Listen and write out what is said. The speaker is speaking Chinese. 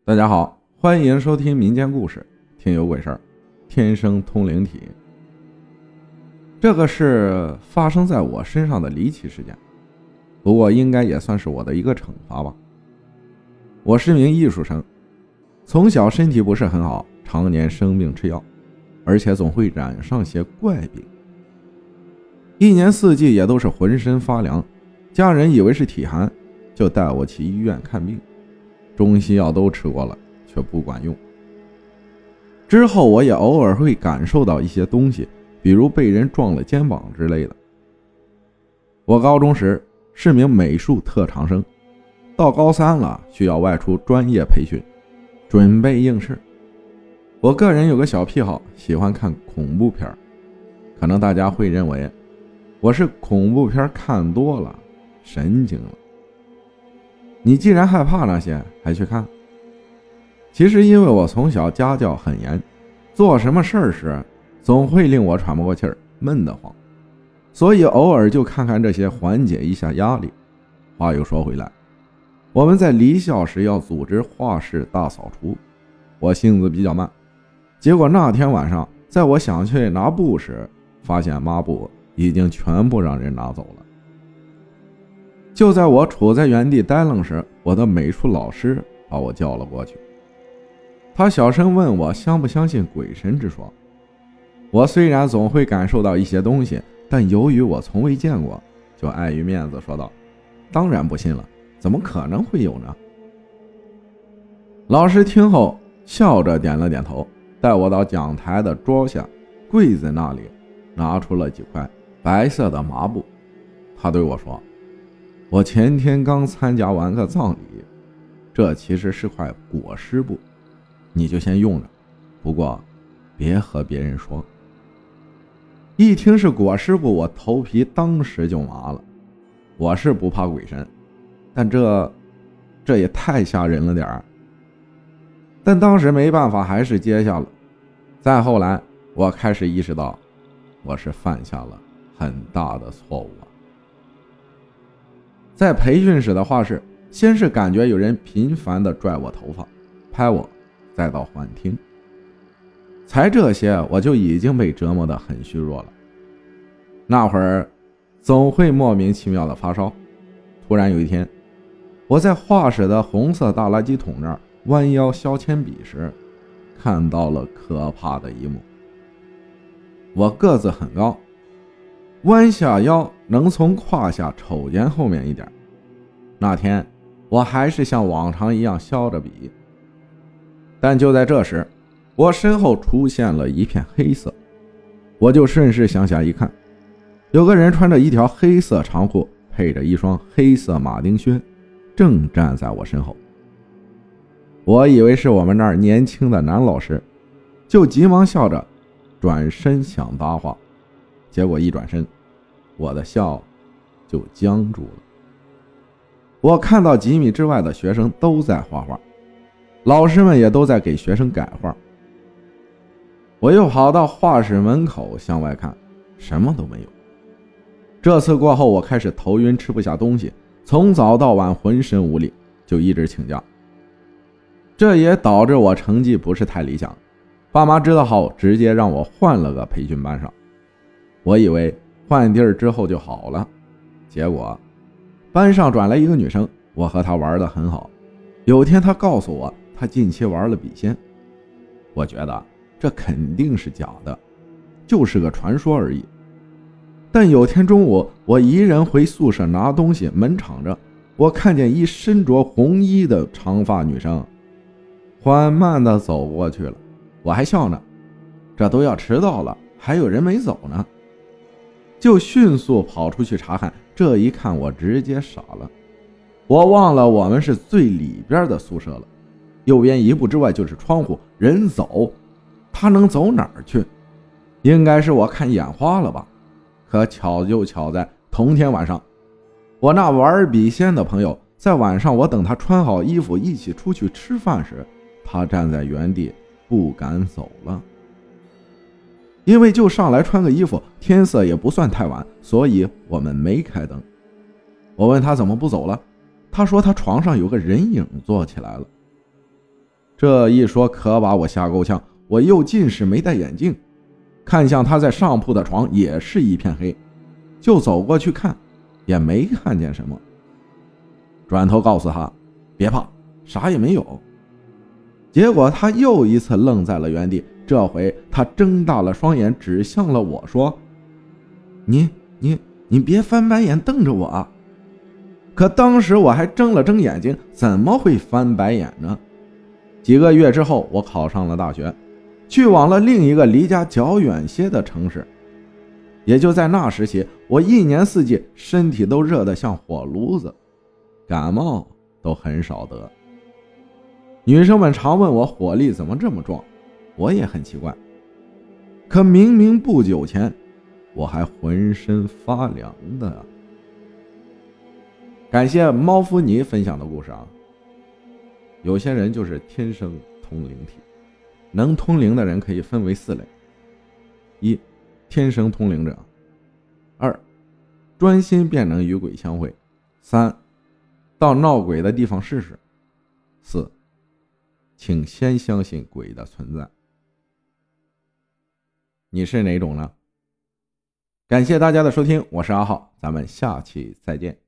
大家好，欢迎收听民间故事，听有鬼事儿，天生通灵体。这个是发生在我身上的离奇事件，不过应该也算是我的一个惩罚吧。我是名艺术生，从小身体不是很好，常年生病吃药，而且总会染上些怪病，一年四季也都是浑身发凉，家人以为是体寒，就带我去医院看病，中西药都吃过了，却不管用。之后我也偶尔会感受到一些东西，比如被人撞了肩膀之类的。我高中时是名美术特长生，到高三了需要外出专业培训，准备应试。我个人有个小癖好，喜欢看恐怖片，可能大家会认为我是恐怖片看多了，神经了。你既然害怕那些，还去看？其实因为我从小家教很严，做什么事儿时总会令我喘不过气儿，闷得慌，所以偶尔就看看这些，缓解一下压力。话又说回来，我们在离校时要组织画室大扫除，我性子比较慢，结果那天晚上在我想去拿布时，发现抹布已经全部让人拿走了。就在我处在原地呆愣时，我的美术老师把我叫了过去。他小声问我相不相信鬼神之说。我虽然总会感受到一些东西，但由于我从未见过，就碍于面子说道：当然不信了，怎么可能会有呢？老师听后笑着点了点头，带我到讲台的桌下柜子那里拿出了几块白色的麻布。他对我说，我前天刚参加完个葬礼，这其实是块裹尸布，你就先用着，不过别和别人说。一听是裹尸布，我头皮当时就麻了。我是不怕鬼神，但这也太吓人了点儿。但当时没办法，还是接下了。再后来我开始意识到，我是犯下了很大的错误啊。在培训室的画室，先是感觉有人频繁地拽我头发，拍我，再到幻听。才这些我就已经被折磨得很虚弱了。那会儿总会莫名其妙的发烧。突然有一天，我在画室的红色大垃圾桶那儿弯腰削铅笔时，看到了可怕的一幕。我个子很高，弯下腰能从胯下瞅见后面一点。那天我还是像往常一样削着笔，但就在这时，我身后出现了一片黑色，我就顺势向下一看，有个人穿着一条黑色长裤，配着一双黑色马丁靴，正站在我身后。我以为是我们那儿年轻的男老师，就急忙笑着转身想搭话，结果一转身，我的笑就僵住了。我看到几米之外的学生都在画画，老师们也都在给学生改画。我又跑到画室门口向外看，什么都没有。这次过后，我开始头晕，吃不下东西，从早到晚浑身无力，就一直请假。这也导致我成绩不是太理想，爸妈知道后直接让我换了个培训班上。我以为换地儿之后就好了，结果班上转来一个女生，我和她玩得很好。有天她告诉我，她近期玩了笔仙。我觉得这肯定是假的，就是个传说而已。但有天中午，我一人回宿舍拿东西，门敞着，我看见一身着红衣的长发女生缓慢地走过去了。我还笑呢，这都要迟到了，还有人没走呢，就迅速跑出去查看。这一看我直接傻了，我忘了我们是最里边的宿舍了，右边一步之外就是窗户，人走他能走哪儿去？应该是我看眼花了吧。可巧就巧在同天晚上，我那玩笔仙的朋友在晚上，我等他穿好衣服一起出去吃饭时，他站在原地不敢走了。因为就上来穿个衣服，天色也不算太晚，所以我们没开灯。我问他怎么不走了，他说他床上有个人影坐起来了。 这一说可把我吓够呛，我又近视没戴眼镜，看向他在上铺的床也是一片黑，就走过去看，也没看见什么。转头告诉他别怕，啥也没有。结果他又一次愣在了原地，这回他睁大了双眼指向了我说，你别翻白眼瞪着我啊。可当时我还睁了睁眼睛，怎么会翻白眼呢？几个月之后，我考上了大学，去往了另一个离家较远些的城市。也就在那时起，我一年四季身体都热得像火炉子，感冒都很少得。女生们常问我火力怎么这么壮，我也很奇怪。可明明不久前我还浑身发凉的啊。感谢猫夫尼分享的故事啊。有些人就是天生通灵体，能通灵的人可以分为4类：一、天生通灵者；二、专心便能与鬼相会；三、到闹鬼的地方试试；四、请先相信鬼的存在。你是哪种呢？感谢大家的收听，我是阿浩，咱们下期再见。